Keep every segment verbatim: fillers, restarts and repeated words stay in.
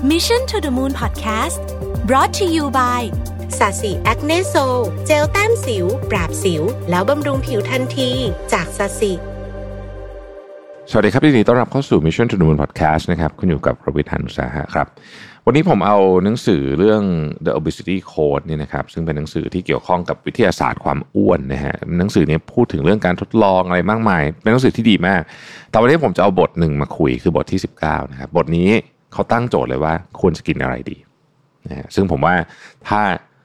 Mission to the Moon Podcast brought to you by สาสีแอคเนโซลเจลแต้มสิวปราบสิวแล้วบำรุงผิวทันทีจากสาสีสวัสดีครับยินดีต้อนรับเข้าสู่ Mission to the Moon Podcast นะครับคุณอยู่กับประวิทย์ หาญอุตสาหะครับวันนี้ผมเอาหนังสือเรื่อง The Obesity Code นี่นะครับซึ่งเป็นหนังสือที่เกี่ยวข้องกับวิทยาศาสตร์ความอ้วนนะฮะหนังสือนี้พูดถึงเรื่องการทดลองอะไรมากมายเป็นหนังสือที่ดีมากแต่วันนี้ผมจะเอาบทหนึ่งมาคุยคือบทที่สิบเก้านะครับบทนี้เขาตั้งโจทย์เลยว่าควรจะกินอะไรดีนะฮะซึ่งผมว่าถ้า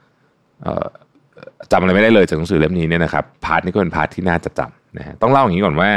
จำอะไรไม่ได้เลยจากหนังสือเล่มนี้เนี่ยนะครับพาร์ทนี้ก็เป็นพาร์ทที่น่าจะจำนะฮะต้องเล่าอย่างนี้ก่อนว่า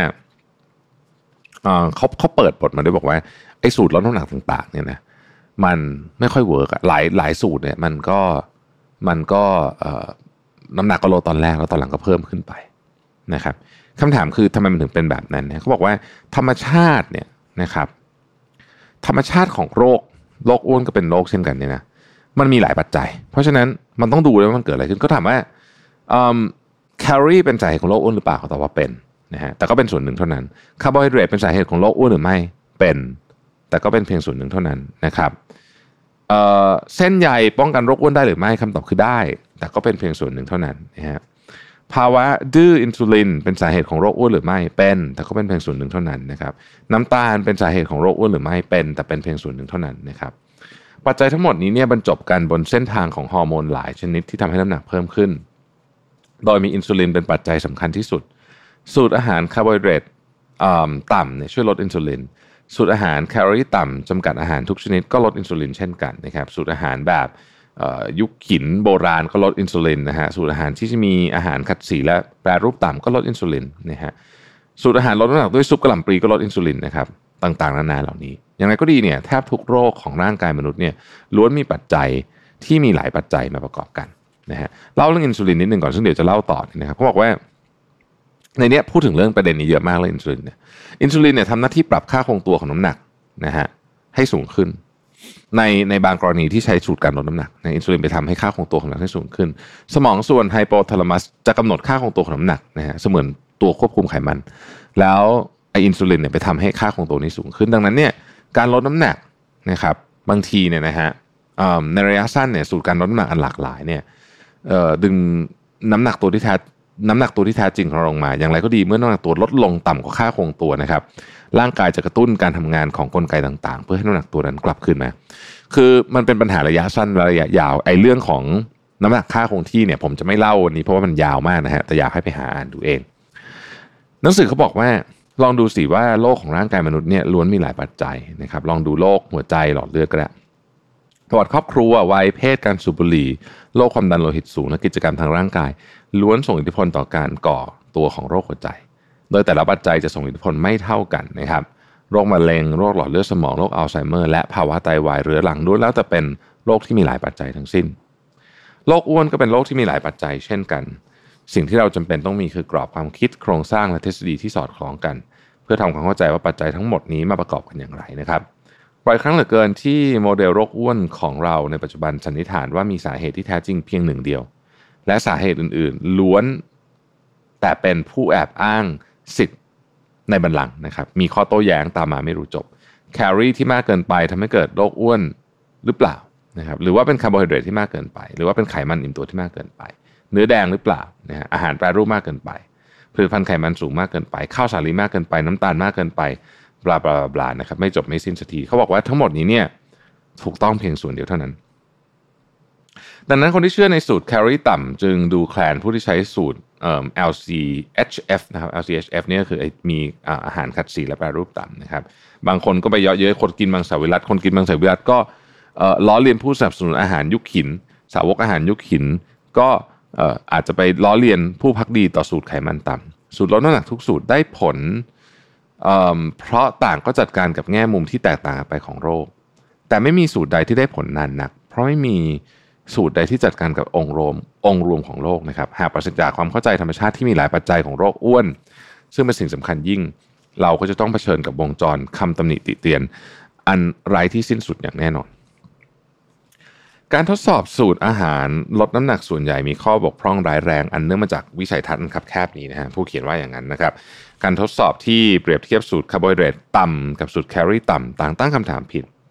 เขาเขาเปิดบทมาด้วยบอกว่าไอ้สูตรลดน้ำหนักต่างๆเนี่ยนะมันไม่ค่อยเวิร์กหลายหลายสูตรเนี่ยมันก็มันก็น้ำหนักก็ลดตอนแรกแล้วตอนหลังก็เพิ่มขึ้นไปนะครับคำถามคือทำไมมันถึงเป็นแบบนั้นเนี่ยเขาบอกว่าธรรมชาติเนี่ยนะครับธรรมชาติของโรคโรคอ้วนก็เป็นโรคเช่นกันเนี่ยนะมันมีหลายปัจจัยเพราะฉะนั้นมันต้องดูเลยว่ามันเกิดอะไรขึ้นก็ถามว่าแคลอรี่เป็นสาเหตุของโรคอ้วนหรือเปล่าเขาตอบว่าเป็นนะฮะแต่ก็เป็นส่วนหนึ่งเท่านั้นคาร์โบไฮเดรตเป็นสาเหตุของโรคอ้วนหรือไม่เป็นแต่ก็เป็นเพียงส่วนหนึ่งเท่านั้นนะครับเอ่อเส้นใยป้องกันโรคอ้วนได้หรือไม่คำตอบคือได้แต่ก็เป็นเพียงส่วนหนึ่งเท่านั้นนะฮะภาวะดื้ออินซูลินเป็นสาเหตุของโรคอ้วนหรือไม่เป็นแต่ก็เป็นเพียงส่วนหนึ่งเท่านั้นนะครับน้ำตาลเป็นสาเหตุของโรคอ้วนหรือไม่เป็นแต่เป็นเพียงส่วนหนึ่งเท่านั้นนะครับปัจจัยทั้งหมดนี้เนี่ยบรรจบกันบนเส้นทางของฮอร์โมนหลายชนิดที่ทำให้น้ำหนักเพิ่มขึ้นโดยมีอินซูลินเป็นปัจจัยสำคัญที่สุดสูตรอาหารคาร์โบไฮเดรตต่ำเนี่ยช่วยลดอินซูลินสูตรอาหารแคลอรี่ต่ำจำกัดอาหารทุกชนิดก็ลดอินซูลินเช่นกันนะครับสูตรอาหารแบบยุคหินโบราณก็ลดอินซูลินนะฮะสูตรอาหารที่จะมีอาหารขัดสีและแปรรูปต่ำก็ลดอินซูลินนะฮะสูตรอาหารลดน้ำหนักด้วยซุปกะหล่ำปลีก็ลดอินซูลินนะครับต่างๆนานาเหล่านี้อย่างไรก็ดีเนี่ยแทบทุกโรคของร่างกายมนุษย์เนี่ยล้วนมีปัจจัยที่มีหลายปัจจัยมาประกอบกันนะฮะเล่าเรื่องอินซูลินนิดนึงก่อนซึ่งเดี๋ยวจะเล่าต่อนะครับเขาบอกว่าในนี้พูดถึงเรื่องประเด็นนี้เยอะมากเลยอินซูลินเนี่ยอินซูลินเนี่ยทำหน้าที่ปรับค่าคงตัวของน้ำหนักนะฮะให้สูงขึ้นในในบางกรณีที่ใช้สูตรการลดน้ำหนักนะอินซูลินไปทำให้ค่าคงตัวของน้ำหนักให้สูงขึ้นสมองส่วนไฮโปทาลามัสจะกำหนดค่าคงตัวของน้ำหนักนะฮะเสมือนตัวควบคุมไขมันแล้วไออินซูลินเนี่ยไปทำให้ค่าคงตัวนี้สูงขึ้นดังนั้นเนี่ยการลดน้ำหนักนะครับบางทีเนี่ยนะฮะในระยะสั้นเนี่ยสูตรการลดน้ำหนักอันหลากหลายเนี่ยดึงน้ำหนักตัวที่แท้น้ำหนักตัวที่แท้จริงของเราลงมาอย่างไรก็ดีเมื่อน้ำหนักตัวลดลงต่ำกว่าค่าคงตัวนะครับร่างกายจะกระตุ้นการทำงานของกลไกต่างๆเพื่อให้น้ำหนักตัวนั้นกลับคืนมาคือมันเป็นปัญหาระยะสั้นและระยะยาวไอ้เรื่องของน้ำหนักค่าคงที่เนี่ยผมจะไม่เล่าวันนี้เพราะว่ามันยาวมากนะฮะแต่อยากให้ไปหาอ่านดูเองหนังสือเขาบอกว่าลองดูสิว่าโรคของร่างกายมนุษย์เนี่ยล้วนมีหลายปัจจัยนะครับลองดูโรคหัวใจหลอดเลือดก็ได้ประวัติครอบครัววัยเพศการสูบบุหรี่โรคความดันโลหิตสูงและกิจกรรมทางร่างกายล้วนส่งอิทธิพลต่อการก่อตัวของโรคหัวใจโดยแต่ละปัจจัยจะส่งอิทธิพลไม่เท่ากันนะครับโรคมะเร็งโรคหลอดเลือดสมองโรคอัลไซเมอร์และภาวะไตวายเรื้อรังล้วนแล้วแต่เป็นโรคที่มีหลายปัจจัยทั้งสิ้นโรคอ้วนก็เป็นโรคที่มีหลายปัจจัยเช่นกันสิ่งที่เราจำเป็นต้องมีคือกรอบความคิดโครงสร้างและทฤษฎีที่สอดคล้องกันเพื่อทำความเข้าใจว่าปัจจัยทั้งหมดนี้มาประกอบกันอย่างไรนะครับบ่อยครั้งเหลือเกินที่โมเดลโรคอ้วนของเราในปัจจุบันสันนิษฐานว่ามีสาเหตุที่แท้จริงเพียงหนึ่งเดียวและสาเหตุอื่นๆล้วนแต่เป็นผู้แอบอ้างสิทธิ์ในบัลลังก์นะครับมีข้อโต้แย้งตามมาไม่รู้จบแคลอรี่ที่มากเกินไปทำให้เกิดโรคอ้วนหรือเปล่านะครับหรือว่าเป็นคาร์โบไฮเดรตที่มากเกินไปหรือว่าเป็นไขมันอิ่มตัวที่มากเกินไปเนื้อแดงหรือเปล่านะฮะอาหารแปรรูปมากเกินไปผลิตภัณฑ์ไขมันสูงมากเกินไปข้าวสาลีมากเกินไปน้ำตาลมากเกินไปบลาบลาบลานะครับไม่จบไม่สิ้นสักทีเขาบอกว่าทั้งหมดนี้เนี่ยถูกต้องเพียงส่วนเดียวเท่านั้นดังนั้นคนที่เชื่อในสูตรแคลอรี่ต่ำจึงดูแคลนผู้ที่ใช้สูตรเอ่อ แอล ซี เอช เอฟ นะครับ แอล ซี เอช เอฟ เนี่ยก็คือมีอาหารขัดสีและแปรรูปต่ำนะครับบางคนก็ไปเยาะเย้ยคนกินมังสวิรัติคนกินมังสวิรัติก็เอ่อล้อเลียนผู้สนับสนุนอาหารยุคหินสาวกอาหารยุคหินก็เอ่ออาจจะไปล้อเลียนผู้ภักดีต่อสูตรไขมันต่ำสูตรลดน้ำหนักทุกสูตรได้ผลเอ่อเพราะต่างก็จัดการกับแง่มุมที่แตกต่างไปของโรคแต่ไม่มีสูตรใดที่ได้ผลนานนักเพราะไม่มีสูตรใดที่จัดการกับองค์รวมองค์รวมของโรคนะครับหากปราศจากความเข้าใจธรรมชาติที่มีหลายปัจจัยของโรคอ้วนซึ่งเป็นสิ่งสำคัญยิ่งเราก็จะต้องเผชิญกับวงจรคำตำหนิติเตียนอันไร้ที่สิ้นสุดอย่างแน่นอนการทดสอบสูตรอาหารลดน้ำหนักส่วนใหญ่มีข้อบกพร่องร้ายแรงอันเนื่องมาจากวิสัยทัศน์คับแคบนี้นะฮะผู้เขียนว่าอย่างนั้นนะครับการทดสอบที่เปรียบเทียบสูตรคาร์โบไฮเดรตต่ำกับสูตรแคลอรี่ต่ำต่างตั้งคำถามผิด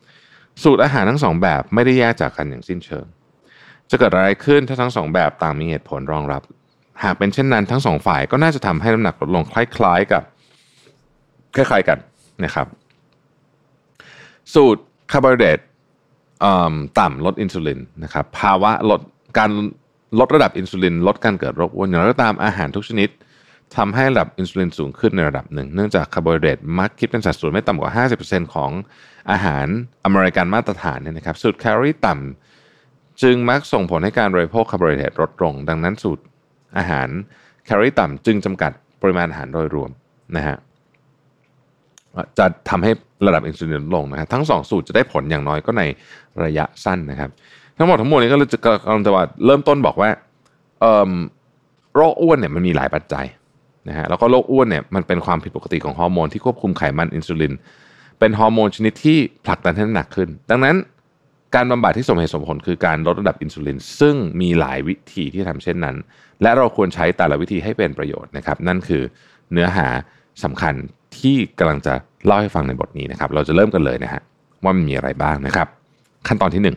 สูตรอาหารทั้งสองแบบไม่ได้แยกจากกันอย่างสิ้นเชิงจะเกิดอะไรขึ้นถ้าทั้งสองแบบต่างมีเหตุผลรองรับหากเป็นเช่นนั้นทั้งสองฝ่ายก็น่าจะทำให้น้ำหนักลดลงคล้ายๆกับคล้ายๆกันนะครับสูตรคาร์โบไฮเดรตต่ำลดอินซูลินนะครับภาวะลดการลดระดับอินซูลินลดการเกิดโรคอ้วนอย่างไรก็ตามอาหารทุกชนิดทำให้ระดับอินซูลินสูงขึ้นในระดับหนึ่งเนื่องจากคาร์โบไฮเดรตมักคิดเป็นสัดส่วนไม่ต่ำกว่า ห้าสิบเปอร์เซ็นต์ ของอาหารอเมริกันมาตรฐานเนี่ยนะครับสูตรแคลอรี่ต่ำจึงมักส่งผลให้การบริโภคคาร์โบไฮเดรตลดลงดังนั้นสูตรอาหารแคลอรี่ต่ำจึงจำกัดปริมาณอาหารโดยรวมนะฮะจะทำให้ระดับอินซูลินลดลงนะครับทั้งสองสูตรจะได้ผลอย่างน้อยก็ในระยะสั้นนะครับทั้งหมดทั้งมวลนี้ก็เลยจะกำลังจะว่าเริ่มต้นบอกว่าโรคอ้วนเนี่ยมันมีหลายปัจจัยนะฮะแล้วก็โรคอ้วนเนี่ยมันเป็นความผิดปกติของฮอร์โมนที่ควบคุมไขมันอินซูลินเป็นฮอร์โมนชนิดที่ผลักดันให้น้ำหนักขึ้นดังนั้นการบำบัดที่สมเหตุสมผลคือการลดระดับอินซูลินซึ่งมีหลายวิธีที่ทำเช่นนั้นและเราควรใช้แต่ละวิธีให้เป็นประโยชน์นะครับนั่นคือเนื้อหาสำคัญที่กำลังจะเล่าให้ฟังในบทนี้นะครับเราจะเริ่มกันเลยนะฮะว่ามันมีอะไรบ้างนะครับขั้นตอนที่หนึ่ง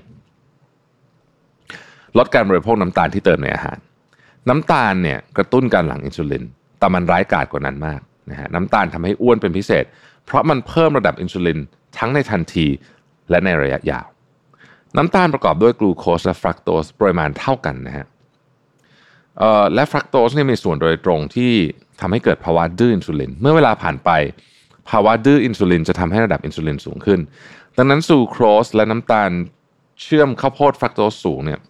ลดการบริโภคน้ำตาลที่เติมในอาหารน้ำตาลเนี่ยกระตุ้นการหลั่งอินซูลินแต่มันร้ายกาจกว่านั้นมากนะฮะน้ำตาลทำให้อ้วนเป็นพิเศษเพราะมันเพิ่มระดับอินซูลินทั้งในทันทีและในระยะยาวน้ำตาลประกอบด้วยกลูโคสและฟรักโตสปริมาณเท่ากันนะฮะเอ่อและฟรักโตสเนี่ยมีส่วนโดยตรงที่ทำให้เกิดภาวะดื้ออินซูลินเมื่อเวลาผ่านไปภาวะดื้ออินซูลินจะทำให้ระดับอินซูลินสูงขึ้นดังนั้นซูโครสและน้ำตาลเชื่อมข้าวโพดฟรักโตสสูงเนี่ย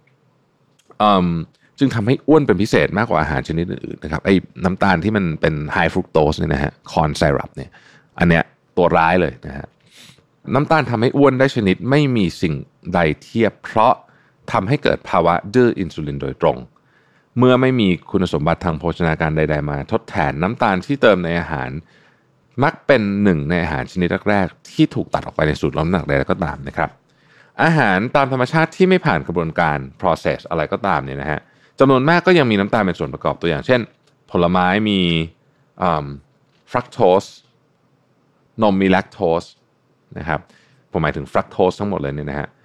จึงทำให้อ้วนเป็นพิเศษมากกว่าอาหารชนิดอื่นๆนะครับไอ้น้ำตาลที่มันเป็นไฮฟรุกโตสเนี่ยนะฮะคอร์นไซรัปเนี่ยอันเนี้ยตัวร้ายเลยนะฮะน้ำตาลทำให้อ้วนได้ชนิดไม่มีสิ่งใดเทียบเพราะทำให้เกิดภาวะดื้ออินซูลินโดยตรงเมื่อไม่มีคุณสมบัติทางโภชนาการใดๆมาทดแทนน้ำตาลที่เติมในอาหารมักเป็นหนึ่งในอาหารชนิดแรกๆที่ถูกตัดออกไปในสูตรลดน้ำหนักใดก็ตามนะครับอาหารตามธรรมชาติที่ไม่ผ่านกระบวนการ process อะไรก็ตามเนี่ยนะฮะจำนวนมากก็ยังมีน้ำตาลเป็นส่วนประกอบตัวอย่างเช่นผลไม้มีฟรักโตสนมมีแลคโตสนะครับผมหมายถึงฟรักโตสทั้งหมดเลยเนี่ยนะฮะ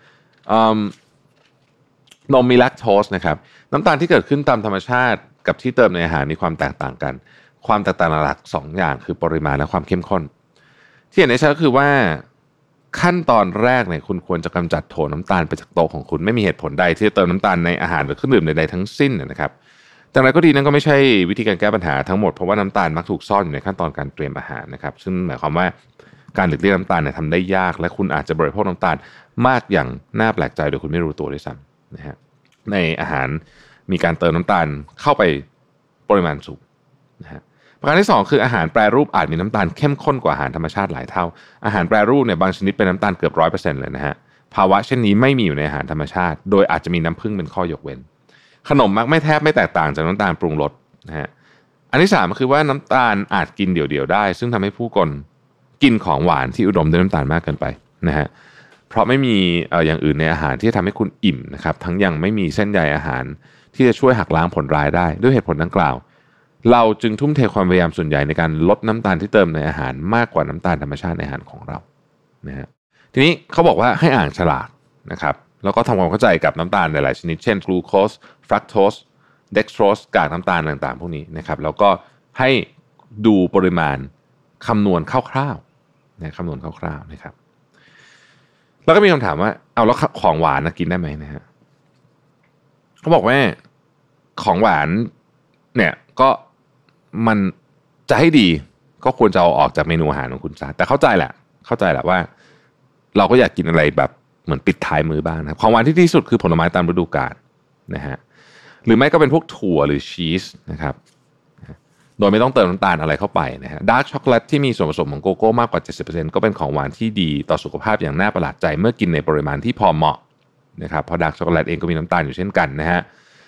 นมมีแลคโตสนะครับน้ำตาลที่เกิดขึ้นตามธรรมชาติกับที่เติมในอาหารมีความแตกต่างกันความแตกต่างหลักสองอย่างคือปริมาณและความเข้มข้นที่เห็นได้ชัดก็คือว่าขั้นตอนแรกเนี่ยคุณควรจะกำจัดโถน้ำตาลไปจากโต๊ะของคุณไม่มีเหตุผลใดที่จะเติมน้ำตาลในอาหารหรือเครื่องดื่มใดๆทั้งสิ้นนะครับแต่อะไรก็ดีนั่นก็ไม่ใช่วิธีการแก้ปัญหาทั้งหมดเพราะว่าน้ำตาลมักถูกซ่อนอยู่ในขั้นตอนการเตรียมอาหารนะครับซึ่งหมายความว่าการหลีกเลี่ยงน้ำตาลเนี่ยทำได้ยากและคุณอาจจะบริโภคน้ำตาลมากอย่างน่าแปลกใจโดยคุณไม่รู้ตัวด้วยซ้ำนะฮะในอาหารมีการเติมน้ำตาลเข้าไปปริมาณสูงนะฮะประการที่สองคืออาหารแปรรูปอาจมีน้ำตาลเข้มข้นกว่าอาหารธรรมชาติหลายเท่าอาหารแปรรูปเนี่ยบางชนิดเป็นน้ำตาลเกือบ ร้อยเปอร์เซ็นต์ เลยนะฮะภาวะเช่นนี้ไม่มีอยู่ในอาหารธรรมชาติโดยอาจจะมีน้ำผึ้งเป็นข้อยกเว้นขนมมักไม่แทบไม่แตกต่างจากน้ำตาลปรุงรสนะฮะอันที่สามก็คือว่าน้ำตาลอาจกินเดี่ยวๆได้ซึ่งทำให้ผู้คนกินของหวานที่อุดมด้วยน้ำตาลมากเกินไปนะฮะเพราะไม่มีเอ่ออย่างอื่นในอาหารที่จะทำให้คุณอิ่มนะครับทั้งยังไม่มีเส้นใยอาหารที่จะช่วยหักล้างผลร้ายได้ด้วยเหตุผลดังกล่าวเราจึงทุ่มเทความพยายามส่วนใหญ่ในการลดน้ำตาลที่เติมในอาหารมากกว่าน้ำตาลธรรมชาติในอาหารของเรานะฮะทีนี้เขาบอกว่าให้อ่านฉลากนะครับแล้วก็ทำความเข้าใจกับน้ำตาลหลายๆชนิดเช่นกลูโคสฟรักโตสเด็กโตรสกากน้ำตาลต่างๆพวกนี้นะครับแล้วก็ให้ดูปริมาณคำนวณคร่าวๆนะคำนวณคร่าวๆนะครับแล้วก็มีคำถามว่าเอาแล้วของหวานนะกินได้ไหมนะฮะเขาบอกว่าของหวานเนี่ยก็มันจะให้ดีก็ควรจะเอาออกจากเมนูอาหารของคุณซะแต่เข้าใจแหละเข้าใจแหละว่าเราก็อยากกินอะไรแบบเหมือนปิดท้ายมื้อบ้างนะครับของหวานที่ดีที่สุดคือผลไม้ตามฤดูกาลนะฮะหรือไม่ก็เป็นพวกถั่วหรือชีสนะครับโดยไม่ต้องเติมน้ำตาลอะไรเข้าไปนะฮะดาร์กช็อกโกแลตที่มีส่วนผสมของโกโก้มากกว่า เจ็ดสิบเปอร์เซ็นต์ ก็เป็นของหวานที่ดีต่อสุขภาพอย่างน่าประหลาดใจเมื่อกินในปริมาณที่พอเหมาะนะครับเพราะดาร์กช็อกโกแลตเองก็มีน้ำตาลอยู่เช่นกันนะฮะ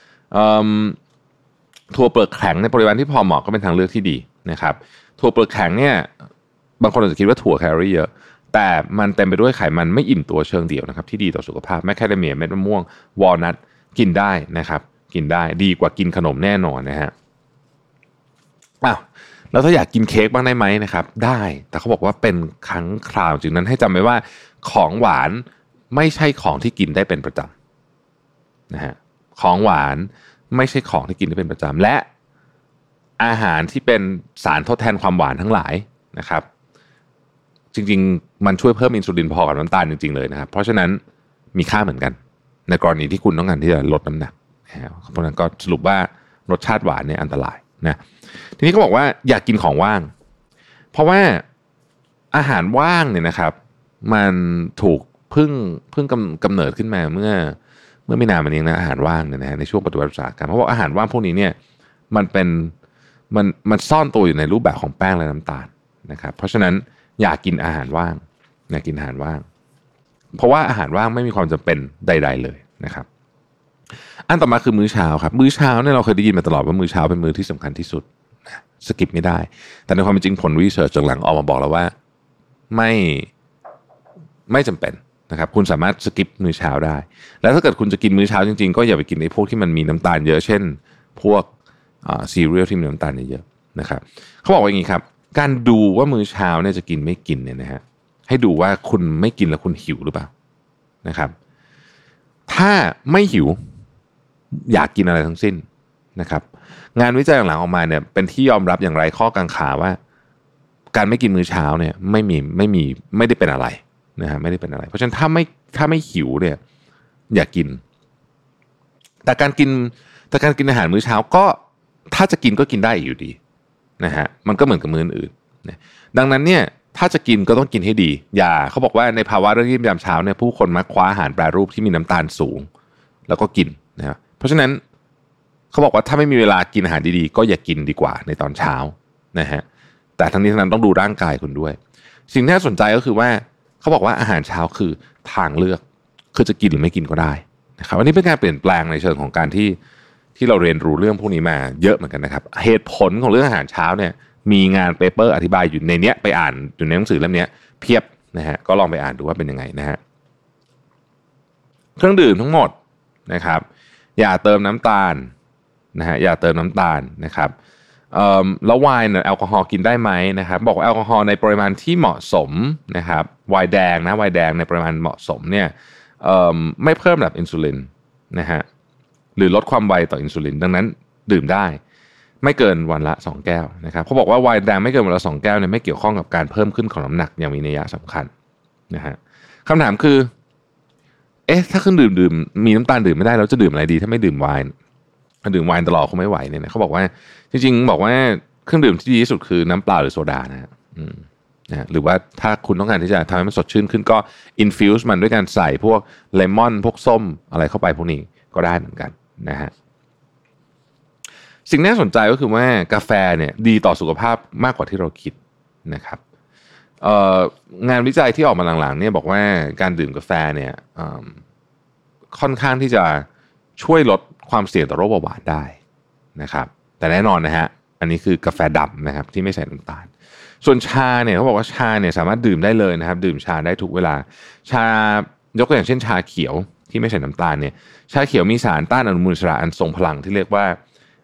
ถั่วเปลือกแข็งในปริมาณที่พอเหมาะก็เป็นทางเลือกที่ดีนะครับถั่วเปลือกแข็งเนี่ยบางคนอาจจะคิดว่าถั่วแคลอรี่เยอะแต่มันเต็มไปด้วยไขมันไม่อิ่มตัวเชิงเดี่ยวนะครับที่ดีต่อสุขภาพแมคแคดเมียเม็ดมะม่วงวอลนัทกินได้นะครับกินได้ดีกว่ากินขนมแน่นอนนะฮะอ้าวแล้วถ้าอยากกินเค้กบ้างได้ไหมนะครับได้แต่เขาบอกว่าเป็นครั้งคราวจึงนั้นให้จำไว้ว่าของหวานไม่ใช่ของที่กินได้เป็นประจำนะฮะของหวานไม่ใช่ของที่กินได้เป็นประจำและอาหารที่เป็นสารทดแทนความหวานทั้งหลายนะครับจริงๆมันช่วยเพิ่มอินซูลินพอกับน้ำตาลจริงๆเลยนะครับเพราะฉะนั้นมีค่าเหมือนกันในกรณีที่คุณต้องการที่จะลดน้ำหนักเพราะฉะนั้นก็สรุปว่ารสชาติหวานเนี่ยอันตรายนะทีนี้ก็บอกว่าอยากกินของว่างเพราะว่าอาหารว่างเนี่ยนะครับมันถูกเพิ่งเพิ่งกำกำเนิดขึ้นมาเมื่อเมื่อไม่นานมานี้นะอาหารว่างเนี่ยนะฮะในช่วงปฏิวัติอุตสาหกรรมเพราะว่าอาหารว่างพวกนี้เนี่ยมันเป็นมันมันซ่อนตัวอยู่ในรูปแบบของแป้งและน้ำตาลนะครับเพราะฉะนั้นอยากกินอาหารว่างอยากกินอาหารว่างเพราะว่าอาหารว่างไม่มีความจำเป็นใดๆเลยนะครับอันต่อมาคือมื้อเช้าครับมื้อเช้าเนี่ยเราเคยได้ยินมาตลอดว่ามื้อเช้าเป็นมื้อที่สำคัญที่สุดสกิปไม่ได้แต่ในความเป็นจริงผลวิจัยจากหลังออกมาบอกแล้วว่าไม่ไม่จำเป็นนะครับคุณสามารถสกิปมื้อเช้าได้แล้วถ้าเกิดคุณจะกินมื้อเช้าจริงๆก็อย่าไปกินไอ้พวกที่มันมีน้ำตาลเยอะเช่นพวกซีเรียลที่มีน้ำตาลเยอะๆนะครับเขาบอกว่าอย่างนี้ครับการดูว่ามื้อเช้าเนี่ยจะกินไม่กินเนี่ยนะฮะให้ดูว่าคุณไม่กินแล้วคุณหิวหรือเปล่านะครับถ้าไม่หิวอยากกินอะไรทั้งสิ้นนะครับงานวิจัยหลังๆออกมาเนี่ยเป็นที่ยอมรับอย่างไรข้อกังขาว่าการไม่กินมื้อเช้าเนี่ยไม่มีไม่มีไม่ได้เป็นอะไรนะฮะไม่ได้เป็นอะไรเพราะฉะนั้นถ้าไม่ถ้าไม่หิวเนี่ยอยากกินแต่การกินแต่การกินอาหารมื้อเช้าก็ถ้าจะกินก็กินได้อยู่ดีนะฮะมันก็เหมือนกับมื้ออื่นนะดังนั้นเนี่ยถ้าจะกินก็ต้องกินให้ดีอย่าเขาบอกว่าในภาวะเร่งรีบยามเช้าเนี่ยผู้คนมักคว้าอาหารแปรรูปที่มีน้ำตาลสูงแล้วก็กินนะครับเพราะฉะนั้นเขาบอกว่าถ้าไม่มีเวลากินอาหารดีๆก็อย่ากินดีกว่าในตอนเช้านะฮะแต่ทั้งนี้ทั้งนั้นต้องดูร่างกายคุณด้วยสิ่งที่น่าสนใจก็คือว่าเขาบอกว่าอาหารเช้าคือทางเลือกคือจะกินหรือไม่กินก็ได้นะครับอันนี้เป็นการเปลี่ยนแปลงในเชิงของการที่ที่เราเรียนรู้เรื่องพวกนี้มาเยอะเหมือนกันนะครับเหตุผลของเรื่องอาหารเช้าเนี่ยมีงานเปเปอร์อธิบายอยู่ในเนี้ยไปอ่านอยู่ในหนังสือเล่มนี้เพียบนะฮะก็ลองไปอ่านดูว่าเป็นยังไงนะฮะเครื่องดื่มทั้งหมดนะครับอย่าเติมน้ำตาลนะฮะอย่าเติมน้ำตาลนะครับแล้วไวน์เนี่ยแอลกอฮอล์กินได้ไหมนะครับบอกว่าแอลกอฮอล์ในปริมาณที่เหมาะสมนะครับไวน์แดงนะไวน์แดงในปริมาณเหมาะสมเนี่ยไม่เพิ่มระดับอินซูลินนะฮะหรือลดความไวต่ออินซูลินดังนั้นดื่มได้ไม่เกินวันละสองแก้วนะครับเขาบอกว่าไวน์แดงไม่เกินวันละสองแก้วเนี่ยไม่เกี่ยวข้องกับการเพิ่มขึ้นของน้ำหนักอย่างมีนัยสำคัญนะฮะคำถามคือเอ๊ะถ้าเครื่องดื่มดื่มมีน้ำตาลดื่มไม่ได้แล้วจะดื่มอะไรดีถ้าไม่ดื่มไวน์ดื่มไวน์ตลอดคงไม่ไหวเนี่ยนะเขาบอกว่าจริงๆบอกว่าเครื่องดื่มที่ดีที่สุดคือน้ำเปล่าหรือโซดานะฮะนะหรือว่าถ้าคุณต้องการที่จะทำให้มันสดชื่นขึ้นก็อินฟิวส์มันด้วยการใส่พวกเลมอนพวกส้มอะไรเข้าไปพวกนี้ก็ได้เหมือนกันนะฮะสิ่งน่าสนใจก็คือว่ากาแฟเนี่ยดีต่อสุขภาพมากกว่าที่เราคิดนะครับงานวิจัยที่ออกมาหลังๆเนี่ยบอกว่าการดื่มกาแฟเนี่ยค่อนข้างที่จะช่วยลดความเสี่ยงต่อโรคเบาหวานได้นะครับแต่แน่นอนนะฮะอันนี้คือกาแฟดำนะครับที่ไม่ใส่น้ำตาลส่วนชาเนี่ยเขาบอกว่าชาเนี่ยสามารถดื่มได้เลยนะครับดื่มชาได้ทุกเวลาชายกตัวอย่างเช่นชาเขียวที่ไม่ใส่น้ำตาลเนี่ยชาเขียวมีสารต้านอนุมูลอิสระอันทรงพลังที่เรียกว่า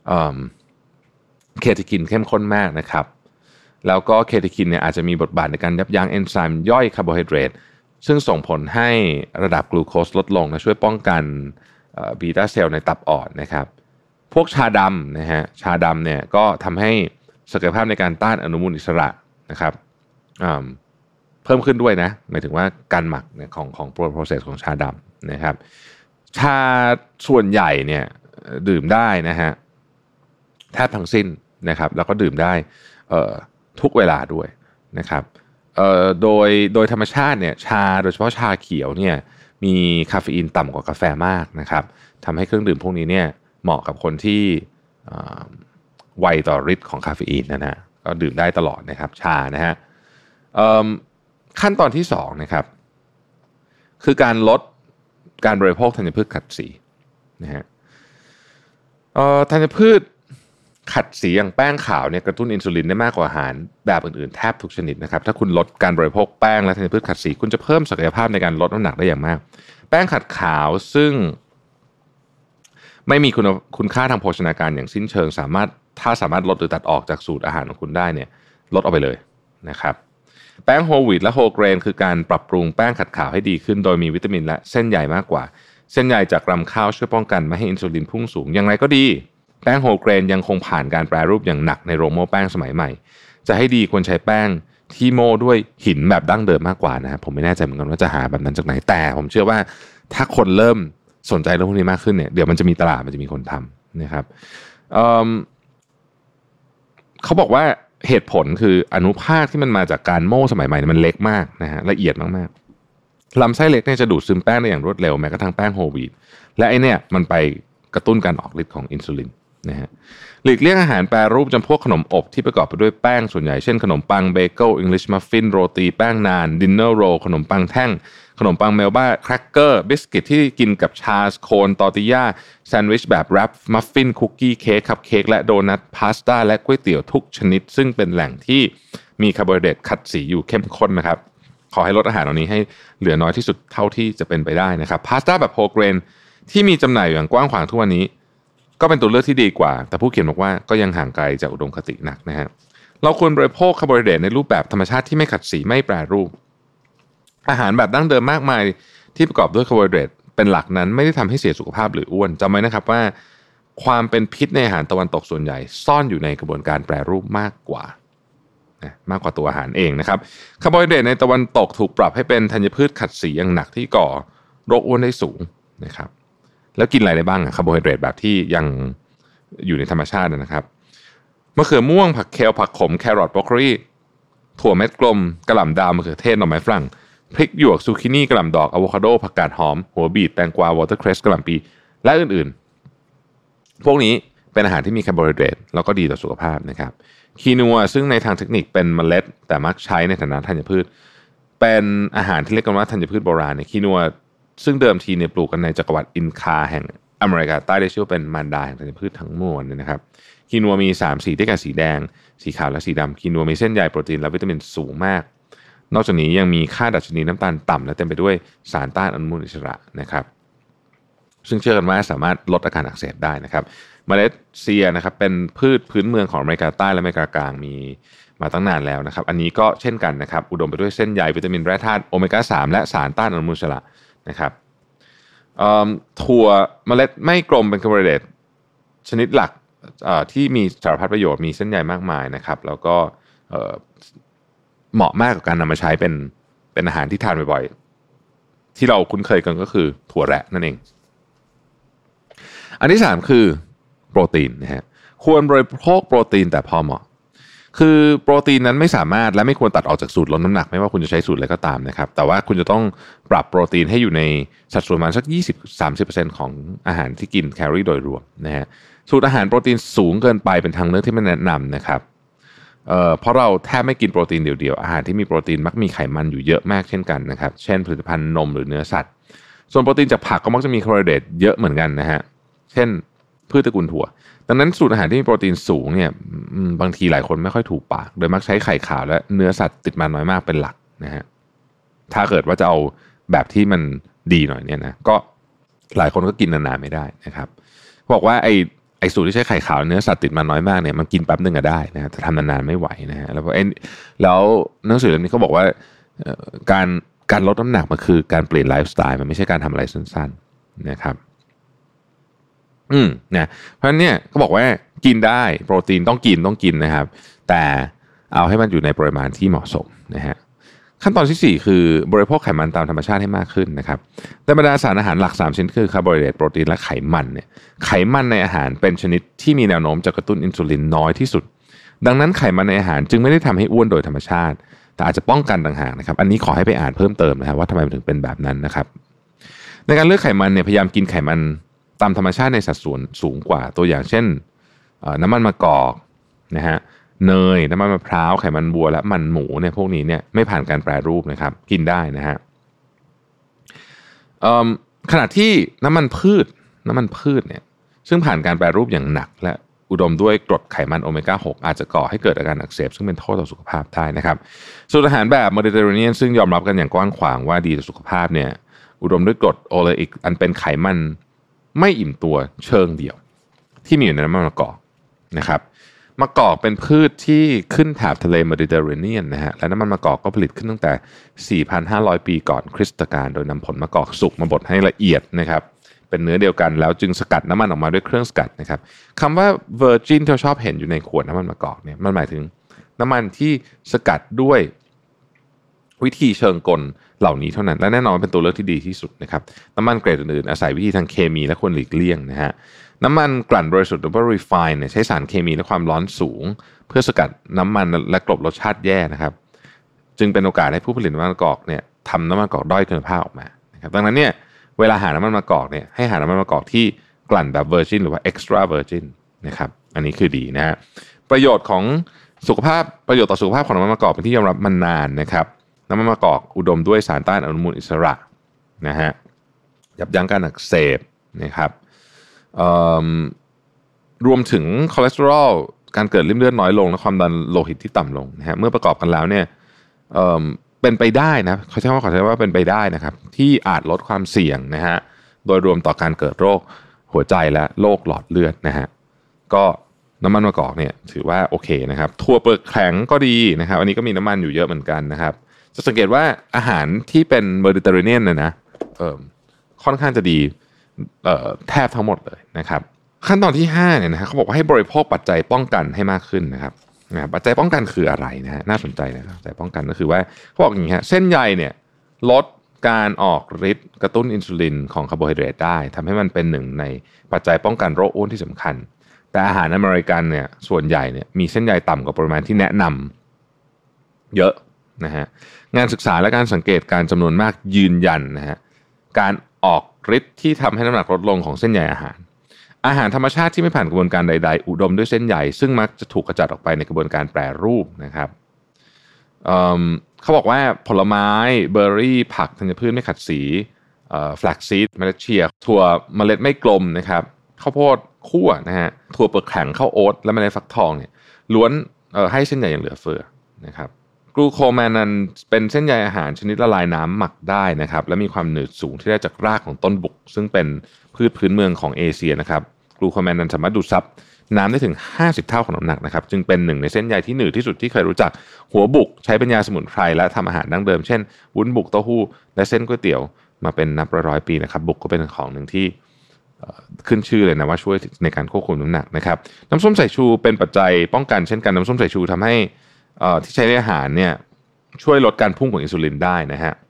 เคเทคินเข้มข้นมากนะครับแล้วก็เคเทคินเนี่ยอาจจะมีบทบาทในการยับยั้งเอนไซม์ย่อยคาร์โบไฮเดรตซึ่งส่งผลให้ระดับกลูโคสลดลงและช่วยป้องกันบีตาเซลล์ในตับอ่อนนะครับพวกชาดำนะฮะชาดำเนี่ยก็ทำให้ศักยภาพในการต้านอนุมูลอิสระนะครับเพิ่มขึ้นด้วยนะหมายถึงว่าการหมักของของโปรเซสของชาดำนะครับชาส่วนใหญ่เนี่ยดื่มได้นะฮะแทบทั้งสิ้นนะครับแล้วก็ดื่มได้ทุกเวลาด้วยนะครับโดยโดยธรรมชาติเนี่ยชาโดยเฉพาะชาเขียวเนี่ยมีคาเฟอีนต่ำกว่ากาแฟมากนะครับทำให้เครื่องดื่มพวกนี้เนี่ยเหมาะกับคนที่ไวต่อฤทธิ์ของคาเฟอีนนะฮะก็ดื่มได้ตลอดนะครับชานะฮะขั้นตอนที่สองนะครับคือการลดการบริโภคธัญพืชขัดสีนะฮะธัญพืชขัดสีอย่างแป้งขาวเนี่ยกระตุ้นอินซูลินได้มากกว่าอาหารแบบอื่นๆแทบทุกชนิดนะครับถ้าคุณลดการบริโภคแป้งและธัญพืชขัดสีคุณจะเพิ่มศักยภาพในการลดน้ำหนักได้อย่างมากแป้งขัดขาวซึ่งไม่มีคุณคุณค่าทางโภชนาการอย่างสิ้นเชิงสามารถถ้าสามารถลดหรือตัดออกจากสูตรอาหารของคุณได้เนี่ยลดออกไปเลยนะครับแแป้งโฮลวีตและโฮลเกรนคือการปรับปรุงแป้งขัดขาวให้ดีขึ้นโดยมีวิตามินและเส้นใยมากกว่าเส้นใยจากรำข้าวช่วยป้องกันไม่ให้อินซูลินพุ่งสูงอย่างไรก็ดีแป้งโฮลเกรนยังคงผ่านการแปรรูปอย่างหนักในโรงโม่แป้งสมัยใหม่จะให้ดีควรใช้แป้งที่โม่ด้วยหินแบบดั้งเดิมมากกว่านะครับผมไม่แน่ใจเหมือนกันว่าจะหาแบบนั้นจากไหนแต่ผมเชื่อว่าถ้าคนเริ่มสนใจเรื่องพวกนี้มากขึ้นเนี่ยเดี๋ยวมันจะมีตลาดมันจะมีคนทำนะครับ เ, เขาบอกว่าเหตุผลคืออนุภาคที่มันมาจากการโม่สมัยใหม่มันเล็กมากนะฮะละเอียดมากๆลำไส้เล็กเนี่ยจะดูดซึมแป้งได้อย่างรวดเร็วแม้กระทั่งแป้งโฮลวีตและไอเนี่ยมันไปกระตุ้นการออกฤทธิ์ของอินซูลินนะฮะหลีกเลี่ยงอาหารแปรรูปจำพวกขนมอบที่ประกอบไปด้วยแป้งส่วนใหญ่เช่นขนมปังเบเกิลอังกฤษมัฟฟินโรตีแป้งนานดินเนอร์โรลขนมปังแท่งขนมปังเมลบ้าแครกเกอร์บิสกิตที่กินกับชาสโคนตอร์ติญ่าแซนด์วิชแบบแรปมัฟฟินคุกกี้เค้กคัพเค้กและโดนัทพาสต้าและก๋วยเตี๋ยวทุกชนิดซึ่งเป็นแหล่งที่มีคาร์โบไฮเดรตขัดสีอยู่เข้มข้นนะครับขอให้ลดอาหารเหล่านี้ให้เหลือน้อยที่สุดเท่าที่จะเป็นไปได้นะครับพาสต้าแบบโฮลเกรนที่มีจำหน่ายอย่างกว้างขวางทุกวันนี้ก็เป็นตัวเลือกที่ดีกว่าแต่ผู้เขียนบอกว่าก็ยังห่างไกลจากอุดมคติหนักนะฮะเราควรบริโภคคาร์โบไฮเดรตในรูปแบบธรรมชาติที่ไม่ขัดสีไม่แปรรูปอาหารแบบดั้งเดิมมากมายที่ประกอบด้วยคาร์โบไฮเดรตเป็นหลักนั้นไม่ได้ทำให้เสียสุขภาพหรืออ้วนจำไว้นะครับว่าความเป็นพิษในอาหารตะวันตกส่วนใหญ่ซ่อนอยู่ในกระบวนการแปรรูปมากกว่านะมากกว่าตัวอาหารเองนะครับคาร์โบไฮเดรตในตะวันตกถูกปรับให้เป็นธัญพืชขัดสีอย่างหนักที่ก่อโรคอ้วนได้สูงนะครับแล้วกินอะไรได้บ้างอะคาร์โบไฮเดรตแบบที่ยังอยู่ในธรรมชาตินะครับมะเขือม่วงผักเคลผักขมแครอทบรอกโคลีถั่วเม็ดกลมกระหล่ำดาวมะเขือเทศหน่อไม้ฝรั่งพริกหยวกซูกินี่กระหล่ำดอกอะโวคาโดผักกาดหอมหัวบีทแตงกวาวอเตอร์เครสกระหล่ำปีและอื่นๆพวกนี้เป็นอาหารที่มีคาร์โบไฮเดรตแล้วก็ดีต่อสุขภาพนะครับคีนัวซึ่งในทางเทคนิคเป็นเมล็ดแต่มักใช้ในฐานะธัญพืชเป็นอาหารที่เรียกกันว่าธัญพืชโบราณเนี่ยคีนัวซึ่งเดิมทีเนี่ยปลูกกันในจักรวรรดิอินคาแห่งอเมริกาใต้ได้ชื่อว่าเป็นมารดาแห่งธัญพืชทั้งมวลเนี่ยนะครับคีนัวมีสามสีด้วยกันสีแดงสีขาวและสีดำคีนัวมีเส้นใยโปรตีนและวิตามินสูงมากนอกจากนี้ยังมีค่าดัชนีน้ำตาลต่ำและเต็มไปด้วยสารต้านอนุมูลอิสระนะครับซึ่งเชื่อกันว่าสามารถลดอาการอักเสบได้นะครับเมล็ดเซียนะครับเป็นพืชพื้นเมืองของอเมริกาใต้และอเมริกากลางมีมาตั้งนานแล้วนะครับอันนี้ก็เช่นกันนะครับอุดมไปด้วยเส้นใยวิตามินแร่ธาตุโอเมก้าสามและสารต้านอนุมูลอิสระนะครับถั่วเมล็ดไม่กลมเป็นคาร์โบไฮเดรตชนิดหลักที่มีสารพัดประโยชน์มีเส้นใยมากมายนะครับแล้วก็เหมาะมากกับการนำมาใช้เป็นเป็นอาหารที่ทานบ่อยๆที่เราคุ้นเคยกันก็คือถั่วแระนั่นเองอันที่สามคือโปรตีนนะฮะควรบริโภคโปรตีนแต่พอเหมาะคือโปรตีนนั้นไม่สามารถและไม่ควรตัดออกจากสูตรลดน้ำหนักไม่ว่าคุณจะใช้สูตรอะไรก็ตามนะครับแต่ว่าคุณจะต้องปรับโปรตีนให้อยู่ในสัดส่วนประมาณสัก ยี่สิบถึงสามสิบเปอร์เซ็นต์ ของอาหารที่กินแคลอรี่โดยรวมนะฮะสูตรอาหารโปรตีนสูงเกินไปเป็นทางเลือกที่ไม่แนะนำนะครับเอ่อเพราะเราแทบไม่กินโปรตีนเดี่ยวๆอาหารที่มีโปรตีนมักมีไขมันอยู่เยอะมากเช่นกันนะครับเช่นผลิตภัณฑ์นมหรือเนื้อสัตว์ส่วนโปรตีนจากผักก็มักจะมีคาร์โบไฮเดรตเยอะเหมือนกันนะฮะเช่นพืชตระกูลถั่วดังนั้นสูตรอาหารที่มีโปรตีนสูงเนี่ยบางทีหลายคนไม่ค่อยถูกปากโดยมักใช้ไข่ขาวและเนื้อสัตว์ติดมันน้อยมากเป็นหลักนะฮะถ้าเกิดว่าจะเอาแบบที่มันดีหน่อยเนี่ยนะก็หลายคนก็กินนานๆไม่ได้นะครับบอกว่าไอไอสูตรที่ใช้ไข่ขาวเนื้อสัตว์ติดมันน้อยมากเนี่ยมันกินแป๊บนึงก็ได้นะแต่ทำนานๆไม่ไหวนะฮะแล้วไอ้แล้วหนังสือเล่มนี้เขาบอกว่าการการลดน้ำหนักมันคือการเปลี่ยนไลฟ์สไตล์มันไม่ใช่การทำอะไรสั้นๆนะครับอืมนะเพราะฉะนั้นเนี่ยก็บอกว่ากินได้โปรตีนต้องกินต้องกินนะครับแต่เอาให้มันอยู่ในปริมาณที่เหมาะสมนะฮะขั้นตอนที่สี่คือบริโภคไขมันตามธรรมชาติให้มากขึ้นนะครับแต่บรรดาสารอาหารหลักสามชนิดคือคาร์โบไฮเดรตโปรตีนและไขมันเนี่ยไขมันในอาหารเป็นชนิดที่มีแนวโน้มจะกระตุ้นอินซูลินน้อยที่สุดดังนั้นไขมันในอาหารจึงไม่ได้ทำให้อ้วนโดยธรรมชาติแต่อาจจะป้องกันต่างหากนะครับอันนี้ขอให้ไปอ่านเพิ่มเติมนะครับว่าทำไมมันถึงเป็นแบบนั้นนะครับในการเลือกไขมันเนี่ยพยายามกินไขมันตามธรรมชาติในสัดส่วนสูงกว่าตัวอย่างเช่นน้ำมันมะกอกนะฮะเนยน้ำมันมะพร้าวไขมันวัวและมันหมูเนี่ยพวกนี้เนี่ยไม่ผ่านการแปรรูปนะครับกินได้นะฮะขณะที่น้ำมันพืชน้ำมันพืชเนี่ยซึ่งผ่านการแปรรูปอย่างหนักและอุดมด้วยกรดไขมันโอเมก้าหกอาจจะก่อให้เกิดอาการอักเสบซึ่งเป็นโทษต่อสุขภาพได้นะครับสูตรอาหารแบบเมดิเตอร์เรเนียนซึ่งยอมรับกันอย่างกว้างขวางว่าดีต่อสุขภาพเนี่ยอุดมด้วยกรดโอเลอิกอันเป็นไขมันไม่อิ่มตัวเชิงเดียวที่มีอยู่ในน้ำมันมะกอกนะครับมะกอกเป็นพืชที่ขึ้นแถบทะเลเมดิเตอร์เรเนียนนะฮะและน้ำมันมะกอกก็ผลิตขึ้นตั้งแต่ สี่พันห้าร้อย ปีก่อนคริสตกาลโดยนำผลมะกอกสุกมาบดให้ละเอียดนะครับเป็นเนื้อเดียวกันแล้วจึงสกัดน้ำมันออกมาด้วยเครื่องสกัดนะครับคำว่า virgin ที่เราชอบเห็นอยู่ในขวดน้ำมันมะกอกเนี่ยมันหมายถึงน้ำมันที่สกัดด้วยวิธีเชิงกลเหล่านี้เท่านั้นและแน่นอนเป็นตัวเลือกที่ดีที่สุดนะครับน้ำมันเกรดอื่นๆอาศัยวิธีทางเคมีและควรหลีกเลี่ยงนะฮะน้ำมันกลั่นบริสุทธิ์หรือว่า refine เนี่ยใช้สารเคมีและความร้อนสูงเพื่อสกัดน้ำมันและกลบรสชาติแย่นะครับจึงเป็นโอกาสให้ผู้ผลิตน้ำมันมะกอกเนี่ยทำน้ำมันมะกอกด้อยคุณภาพออกมานะครับดังนั้นเนี่ยเวลาหาน้ำมันมะกอกเนี่ยให้หาน้ำมันมะกอกที่กลั่นแบบ virgin หรือว่า extra virgin นะครับอันนี้คือดีนะฮะประโยชน์ของสุขภาพประโยชน์ต่อสุขภาพของน้ำมันมะกอกเป็นที่ยอมรับมานานนะครับน้ำมันมะกอกอุดมด้วยสารต้านอนุมูลอิสระนะฮะยับยั้งการอักเสบนะครับรวมถึงคอเลสเตอรอลการเกิดริ่มเลือดน้อยลงและความดันโลหิตที่ต่ำลงนะฮะเมื่อประกอบกันแล้วเนี่ย เอ่อ เป็นไปได้นะเขาใช้ว่าขอใช้ว่าเป็นไปได้นะครับที่อาจลดความเสี่ยงนะฮะโดยรวมต่อการเกิดโรคหัวใจและโรคหลอดเลือดนะฮะก็น้ำมันมะกอกเนี่ยถือว่าโอเคนะครับถั่วเปลือกแข็งก็ดีนะครับอันนี้ก็มีน้ำมันอยู่เยอะเหมือนกันนะครับจะสังเกตว่าอาหารที่เป็นเมดิเตอร์เรเนียนเนี่ยนะเอ่อค่อนข้างจะดีเอ่อแทบทั้งหมดเลยนะครับขั้นตอนที่ห้าเนี่ยนะเขาบอกว่าให้บริโภคปัจจัยป้องกันให้มากขึ้นนะครับนะปัจจัยป้องกันคืออะไรนะฮะน่าสนใจนะครับปัจจัยป้องกันก็คือว่าเขาบอกอย่างนี้ฮะเส้นใยเนี่ยลดการออกฤทธิ์กระตุ้นอินซูลินของคาร์โบไฮเดรตได้ทำให้มันเป็นหนึ่งในปัจจัยป้องกันโรคอ้วนที่สำคัญแต่อาหารอเมริกันเนี่ยส่วนใหญ่เนี่ยมีเส้นใยต่ำกว่าปริมาณที่แนะนำเยอะนะฮะงานศึกษาและการสังเกตการจำนวนมากยืนยันนะฮะการออกฤทธิ์ที่ทำให้น้ำหนักลดลงของเส้นใยอาหารอาหารธรรมชาติที่ไม่ผ่านกระบวนการใดๆอุดมด้วยเส้นใยซึ่งมักจะถูกกระจัดออกไปในกระบวนการแปรรูปนะครับเอ่อเขาบอกว่าผลไม้เบอร์รี่ผักธัญพืชไม่ขัดสีเอ่อแฟลกซีดเมล็ดเชียร์ถั่วเมล็ดไม่กลมนะครับข้าวโพดคั่วนะฮะถั่วเปลือกแข็งข้าวโอ๊ตและเมล็ดฟักทองเนี่ยล้วนเอ่อให้เส้นใยอย่างเหลือเฟือนะครับกลูโคแมนนันเป็นเส้นใยอาหารชนิดละลายน้ำหมักได้นะครับและมีความหนืดสูงที่ได้จากรากของต้นบุกซึ่งเป็นพืชพื้นเมืองของเอเชียนะครับกลูโคแมนนันสามารถดูดซับน้ำได้ถึงห้าสิบเท่าของน้ำหนักนะครับจึงเป็นหนึ่งในเส้นใยที่หนืดที่สุดที่เคยรู้จักหัวบุกใช้เป็นยาสมุนไพรและทำอาหารดั้งเดิมเช่นวุ้นบุกเต้าหู้และเส้นก๋วยเตี๋ยวมาเป็นนับร้อยปีนะครับบุกก็เป็นของหนึ่งที่ขึ้นชื่อเลยนะว่าช่วยในการควบคุมน้ำหนักนะครับน้ำส้มสายชูเป็นปัจจัยป้องกันเช่นกันน้ำส้มสายชูทำให้ที่ใช้ในอาหารเนี่ยช่วยลดการพุ่งของอินซูลินได้นะฮะ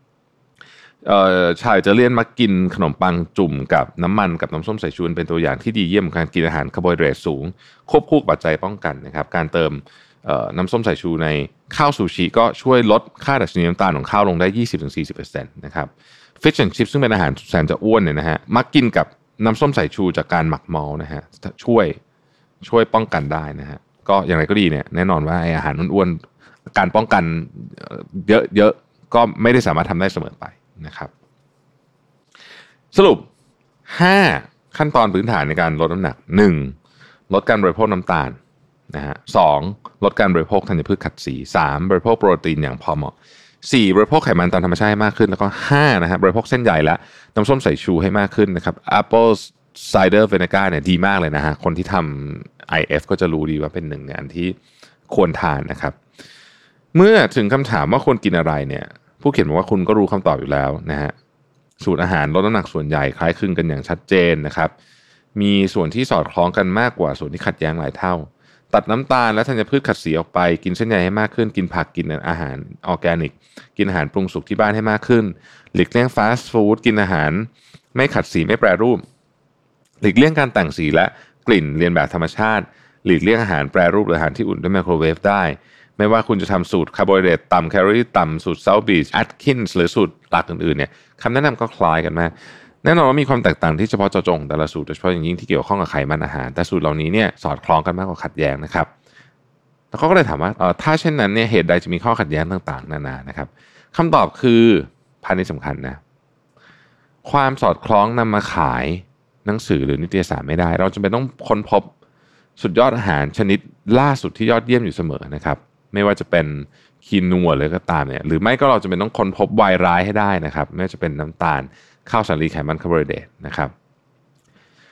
ชาวอิตาเลียนมักกินขนมปังจุ่มกับน้ำมันกับน้ำส้มสายชูเป็นตัวอย่างที่ดีเยี่ยมของการกินอาหารคาร์โบไฮเดรตสูงควบคู่กับปัจจัยป้องกันนะครับการเติมน้ำส้มสายชูในข้าวซูชิก็ช่วยลดค่าดัชนีน้ำตาลของข้าวลงได้ ยี่สิบถึงสี่สิบเปอร์เซ็นต์ นะครับฟิชแอนด์ชิพซึ่งเป็นอาหารแสนจะอ้วนเนี่ยนะฮะมักกินกับน้ำส้มสายชูจากการหมักเมานะฮะช่วยช่วยป้องกันได้นะฮะก็อย่างไรก็ดีเนี่ยแน่นอนว่าไอ้อาหารอ้วนๆการป้องกันเยอะๆก็ไม่ได้สามารถทำได้เสมอไปนะครับสรุปห้าขั้นตอนพื้นฐานในการลดน้ำหนักหนึ่งลดการบริโภคน้ำตาลนะฮะสองลดการบริโภคธัญพืชขัดสีสามบริโภคโปรตีนอย่างพอเหมาะสี่บริโภคไขมันตามธรรมชาติให้มากขึ้นแล้วก็ห้านะฮะบริโภคเส้นใยและน้ำส้มสายชูให้มากขึ้นนะครับ Apple Cider Vinegar เนี่ยดีมากเลยนะฮะคนที่ทำ ไอ เอฟ ก็จะรู้ดีว่าเป็นหนึ่งในอันที่ควรทานนะครับเมื่อถึงคำถามว่าควรกินอะไรเนี่ยผู้เขียนบอกว่าคุณก็รู้คำตอบอยู่แล้วนะฮะสูตรอาหารลดน้ำหนักส่วนใหญ่คล้ายคลึงกันอย่างชัดเจนนะครับมีส่วนที่สอดคล้องกันมากกว่าส่วนที่ขัดแย้งหลายเท่าตัดน้ำตาลและธัญพืชขัดสีออกไปกินเส้นใยให้มากขึ้นกินผักกินอาหารออร์แกนิกกินอาหารปรุงสุกที่บ้านให้มากขึ้นหลีกเลี่ยงฟาสต์ฟู้ดกินอาหารไม่ขัดสีไม่แปรรูปหลีกเลี่ยงการแต่งสีและกลิ่นเลียนแบบธรรมชาติหลีกเลี่ยงอาหารแปรรูปหรืออาหารที่อุ่นด้วยไมโครเวฟได้ไม่ว่าคุณจะทำสูตรคาร์โบไฮเดรตต่ำแคลอรี่ต่ำสูตรเซาท์บีชแอตคินส์หรือสูตรหลักอื่นๆเนี่ยคำแนะนำก็คล้ายกันมากแน่นอนว่ามีความแตกต่างที่เฉพาะเจาะจงแต่ละสูตรโดยเฉพาะอย่างยิ่งที่เกี่ยวข้องกับไขมันอาหารแต่สูตรเหล่านี้เนี่ยสอดคล้องกันมากกว่าขัดแย้งนะครับแล้วเขาก็เลยถามว่าเอ่อถ้าเช่นนั้นเนี่ยเหตุใดจะมีข้อขัดแย้งต่างๆนานานะครับคำตอบคือภายในสำคัญนะความสอดคล้องนำมาขายหนังสือหรือนิตยสารไม่ได้เราจำเป็นต้องค้นพบสุดยอดอาหารชนิดล่าสุดที่ยอดเยี่ยมอยู่เสมอนะครับไม่ว่าจะเป็นคีนัวเลยก็ตามเนี่ยหรือไม่ก็เราจะเป็นต้องค้นพบวายร้ายให้ได้นะครับไม่ว่าจะเป็นน้ำตาลข้าวสาลีไขมันคาร์โบไฮเดรตนะครับ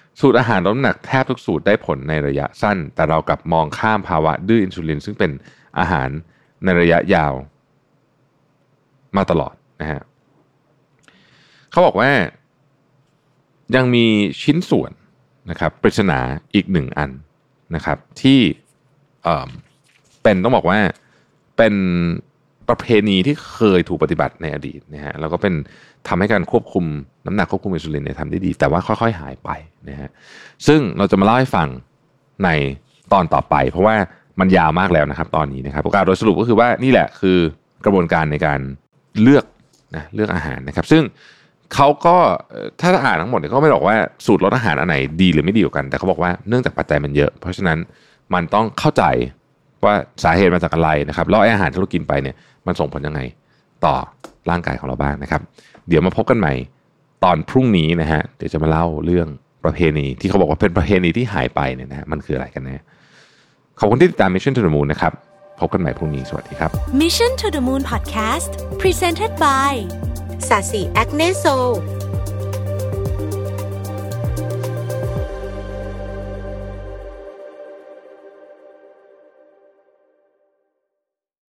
สูตรอาหารลดน้ำหนักแทบทุกสูตรได้ผลในระยะสั้นแต่เรากลับมองข้ามภาวะดื้ออินซูลินซึ่งเป็นอาหารในระยะยาวมาตลอดนะฮะเขาบอกว่ายังมีชิ้นส่วนนะครับปริศนาอีกหนึ่งอันนะครับที่เอ่อเป็นต้องบอกว่าเป็นประเพณีที่เคยถูกปฏิบัติในอดีตนะฮะแล้วก็เป็นทำให้การควบคุมน้ำหนักควบคุมอินซูลินเนี่ยทำได้ดีแต่ว่าค่อยๆหายไปนะฮะซึ่งเราจะมาเล่าให้ฟังในตอนต่อไปเพราะว่ามันยาวมากแล้วนะครับตอนนี้นะครับประกาศโดยสรุปก็คือว่านี่แหละคือกระบวนการในการเลือกนะเลือกอาหารนะครับซึ่งเขาก็ถ้าอ่านทั้งหมดเนี่ยก็ไม่บอกว่าสูตรลดอาหารอันไหนดีหรือไม่ดีกว่ากันแต่เขาบอกว่าเนื่องจากปัจจัยมันเยอะเพราะฉะนั้นมันต้องเข้าใจว่าสาเหตุมาจากอะไรนะครับแล้วอาหารที่เรากินไปเนี่ยมันส่งผลยังไงต่อร่างกายของเราบ้างนะครับเดี๋ยวมาพบกันใหม่ตอนพรุ่งนี้นะฮะเดี๋ยวจะมาเล่าเรื่องประเพณีที่เขาบอกว่าเป็นประเพณีที่หายไปเนี่ยนะมันคืออะไรกันแน่ขอบคุณที่ติดตาม Mission to the Moon นะครับพบกันใหม่พรุ่งนี้สวัสดีครับ Mission to the Moon Podcast Presented by สาสีแอคเนโซ